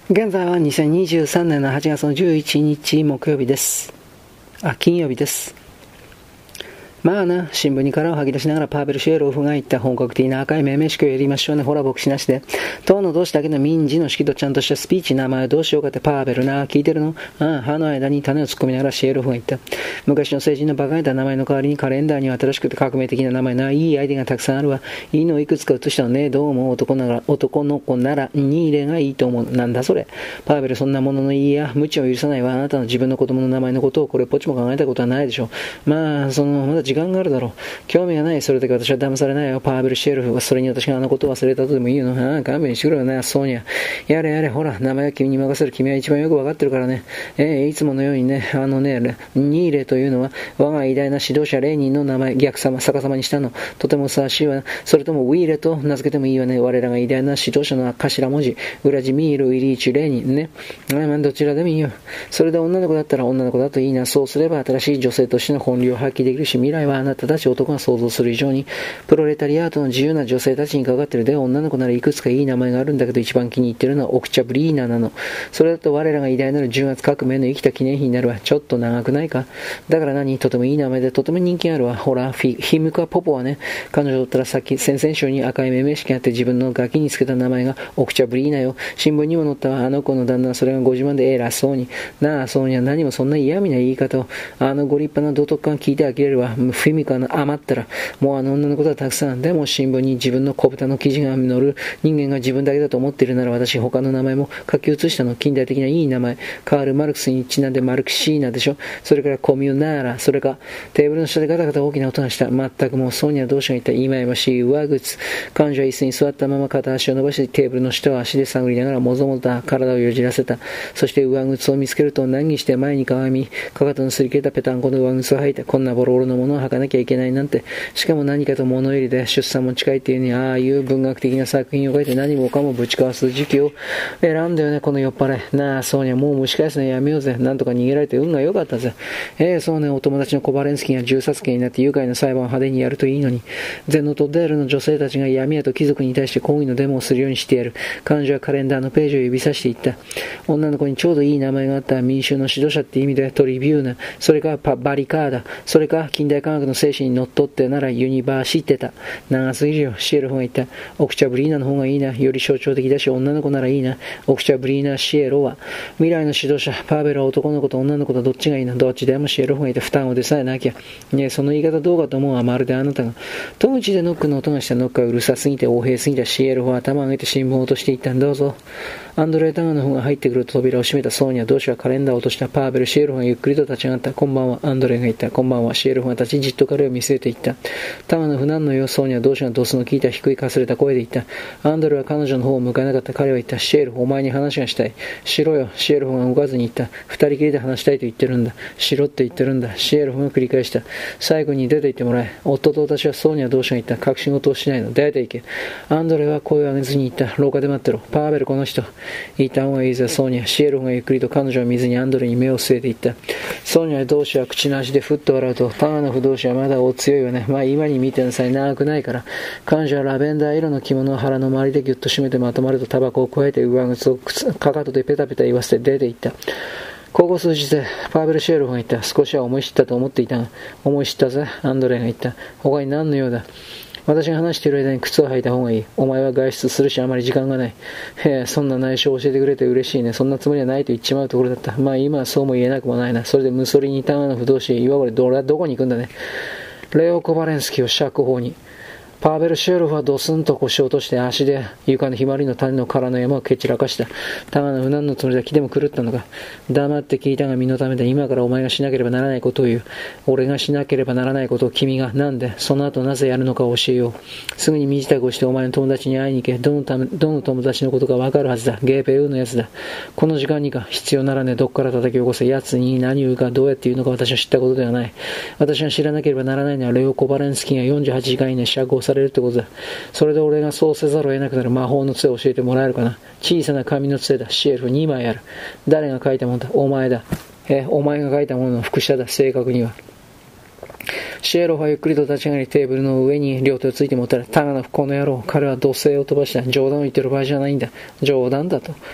現在は2023年の8月の11日木曜日です。金曜日です。まあな、新聞に殻を吐き出しながらパーベル・シェーロフが言った本格的な赤い命名式をやりましょうね。ほら牧師なしで。党の同志だけの民事の式とちゃんとしたスピーチ、名前をどうしようかってパーベルな、聞いてるの？歯の間に種を突っ込みながらシェーロフが言った。昔の成人の馬鹿げた名前の代わりにカレンダーには新しくて革命的な名前な、いいアイデアがたくさんあるわ。いいのをいくつか写したのね。どうも男の子なら2入れがいいと思う。なんだそれ。パーベルそんなもののいいや、無知を許さないわ。あなたの自分の子供の名前のことをこれっぽっちも考えたことはないでしょう。まだ時間があるだろう。興味がない。それだけ私は騙されないよ。パーベル・シェルフはそれに私があのことを忘れたとでも言うの。勘弁してくれよな、そうにゃ。やれ、ほら、名前は君に任せる。君は一番よくわかってるからね。いつものようにね、ニーレというのは我が偉大な指導者レーニンの名前、逆さまにしたの。とてもふさわしいわ。それともウィーレと名付けてもいいわね。我らが偉大な指導者の頭文字、ウラジミール・イリーチ・レーニンね。どちらでもいいよ。それで女の子だったら女の子だといいな。そうすれば新しい女性としての本領を発揮できるし、未来はあなたたち男が想像する以上にプロレタリアートの自由な女性たちにかかってるで、女の子ならいくつかいい名前があるんだけど一番気に入ってるのはオクチャブリーナなの。それだと我らが偉大なる10月革命の生きた記念碑になるわ。ちょっと長くないか。だからとてもいい名前でとても人気あるわ。ほらヒムカ・ポポはね、彼女だったらさっき先々週に赤い命名式があって自分のガキにつけた名前がオクチャブリーナよ。新聞にも載ったわ。あの子の旦那はそれがご自慢で偉そうになあ。そうには何もそんな嫌味な言い方をご立派な道徳官聞いて呆れるわ。フィミカの余ったらもう女のことはたくさん。でも新聞に自分の小豚の記事が載る人間が自分だけだと思っているなら私他の名前も書き写したの。近代的ないい名前。カール・マルクスにちなんでマルクシーナでしょ。それからコミュナーラ。それかテーブルの下でガタガタ大きな音がした。全くもうソニア同士が言った忌々しい上靴。彼女は椅子に座ったまま片足を伸ばしてテーブルの下を足で探りながらもぞもぞと体をよじらせた。そして上靴を見つけると難儀して前にかがみ、かかとのすり切れたペタンコの上靴を履いて、こんなボロボロのものを履かなきゃいけないなんて。しかも何かと物入りで出産も近いっていうに、ああいう文学的な作品を書いて何もかもぶち交わす時期を選んだよね、この酔っ払い。なあ、そうにはもう蒸し返すのやめようぜ。なんとか逃げられて運が良かったぜ。そうね、お友達のコバレンスキーが銃殺刑になって愉快な裁判を派手にやるといいのに。ゼノとデールの女性たちが闇屋と貴族に対して抗議のデモをするようにしてやる。彼女はカレンダーのページを指さしていった。女の子にちょうどいい名前があった。民衆の指導者って意味でトリビューナ、それかバリカーダ、それか近代科学の精神にのっとってならユニバーシテタ。長すぎるよ。シエルフが言った。オクチャブリーナの方がいいな。より象徴的だし女の子ならいいな。オクチャブリーナ・シエロは未来の指導者。パーベルは男の子と女の子とどっちがいいな。どっちでもシエロフが言った。負担をでさえなきゃ。ねえ、その言い方どうかと思うわ。まるであなたが戸口でノックの音がしたノックがうるさすぎて横平すぎた。シエロフは頭を上げて新聞を落としていった。どうぞ。アンドレー・タガの方が入ってくると扉を閉めた。ソーニャ同士はカレンダーを落とした。パーベル・シエロフがゆっくりと立ち上がった。こんばんは。アンドレが言った。こんばんは。シエロフが立ちじっと彼を見据えていった。タガの不難の様相には同士がドスの効いた低いかすれた声で言った。アンドレは彼女の方を向かなかった。彼は言った。シエルフ、お前に話がしたい。しろよ。シエルフが動かずに言った。二人きりで話したいと言ってるんだ。しろって言ってるんだ。シエルフが繰り返した。最後に出て行ってもらえ。夫と私はソーニャ同士が言った。隠し事をしないの。出て行け。アンドレは声を上げずに言った。廊下で待ってろ。パーベルこの人。言った方がいいぜ、ソーニャ。シエルフがゆっくりと彼女を見ずにアンドレに目を据えていった。ソーニャ同士は口の足でふっと笑うと、タガノフ同士はまだお強いよね。今に見てなさい。長くないから。彼女はラベンダー色の着物を腹の周りでぎゅっと締めてまとまるとタバコを加えて上靴をかかとでペタペタ言わせて出て行った。ここ数日でパーベル・シェルフが言った。少しは思い知ったと思っていたが、思い知ったぜ、アンドレが言った。他に何の用だ。私が話している間に靴を履いた方がいい。お前は外出するしあまり時間がない。そんな内緒を教えてくれて嬉しいね。そんなつもりはないと言っちまうところだった。今はそうも言えなくもないな。それでムソリニ・タガノフ同士、岩これ俺はどこに行くんだね。レオ・コバレンスキーを釈放に。パーベル・シェルフはドスンと腰を落として足で床のひまわりの種の殻の山を蹴散らかした。タガノフ何のつもりだ。気でも狂ったのか。黙って聞いたが身のためで今からお前がしなければならないことを言う。俺がしなければならないことを君がなんでその後なぜやるのかを教えよう。すぐに身支度をしてお前の友達に会いに行け。どの友達のことかわかるはずだ。ゲーペウのやつだ。この時間にか必要ならねどっから叩き起こせ。奴に何を言うかどうやって言うのか私は知ったことではない。私が知らなければならないのはレオ・コバレンスキーが48時間以内釈放されるってことだ。それで俺がそうせざるを得なくなる魔法の杖を教えてもらえるかな。小さな紙の杖だ。シエルフ2枚ある。誰が書いたものだ。お前だ。お前が書いたものの副写だ。正確には。シエロフはゆっくりと立ち上がりテーブルの上に両手をついて持ったら、タガノフこの野郎、彼は土星を飛ばした。冗談を言ってる場合じゃないんだ。冗談だと。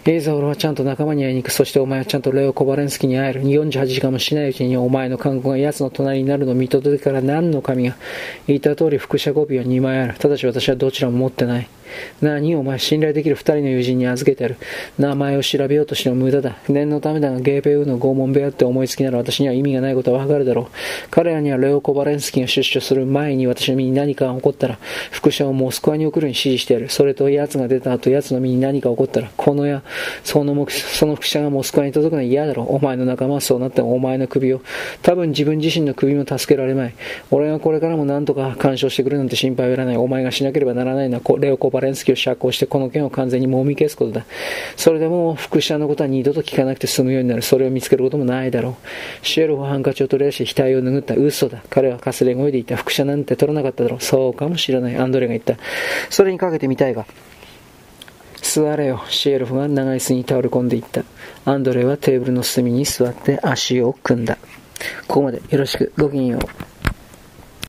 いいぞ、俺はちゃんと仲間に会いに行く。そしてお前はちゃんとレオ・コバレンスキーに会える。48時間もしないうちにお前の看護が奴の隣になるのを見届けから何の神が言った通り複写コピーは2枚ある。ただし私はどちらも持ってない。何お前、信頼できる2人の友人に預けてやる。名前を調べようとしても無駄だ。念のためだがゲーペウの拷問部屋って思いつきなら私には意味がないことはわかるだろう。彼らにはレオ・コバレンスキーが出所する前に私の身に何かが起こったら複写をモスクワに送るに指示してやる。それと奴が出た後奴の身に何か起こったらその複写がモスクワに届くのは嫌だろう。お前の仲間はそうなってもお前の首を多分自分自身の首も助けられまい。俺がこれからも何とか干渉してくるなんて心配はいらない。お前がしなければならないのはレオ・コバレンスキーを釈放してこの件を完全にもみ消すことだ。それでもう複写のことは二度と聞かなくて済むようになる。それを見つけることもないだろう。シエロフはハンカチを取り出して額を拭った。嘘だ。彼はかすれ声で言った。複写なんて取らなかっただろう。そうかもしれない。アンドレが言った。それにかけてみたいが。座れよ。シエロフが長い椅子に倒れ込んでいった。アンドレはテーブルの隅に座って足を組んだ。ここまでよろしく。ごきげんよう。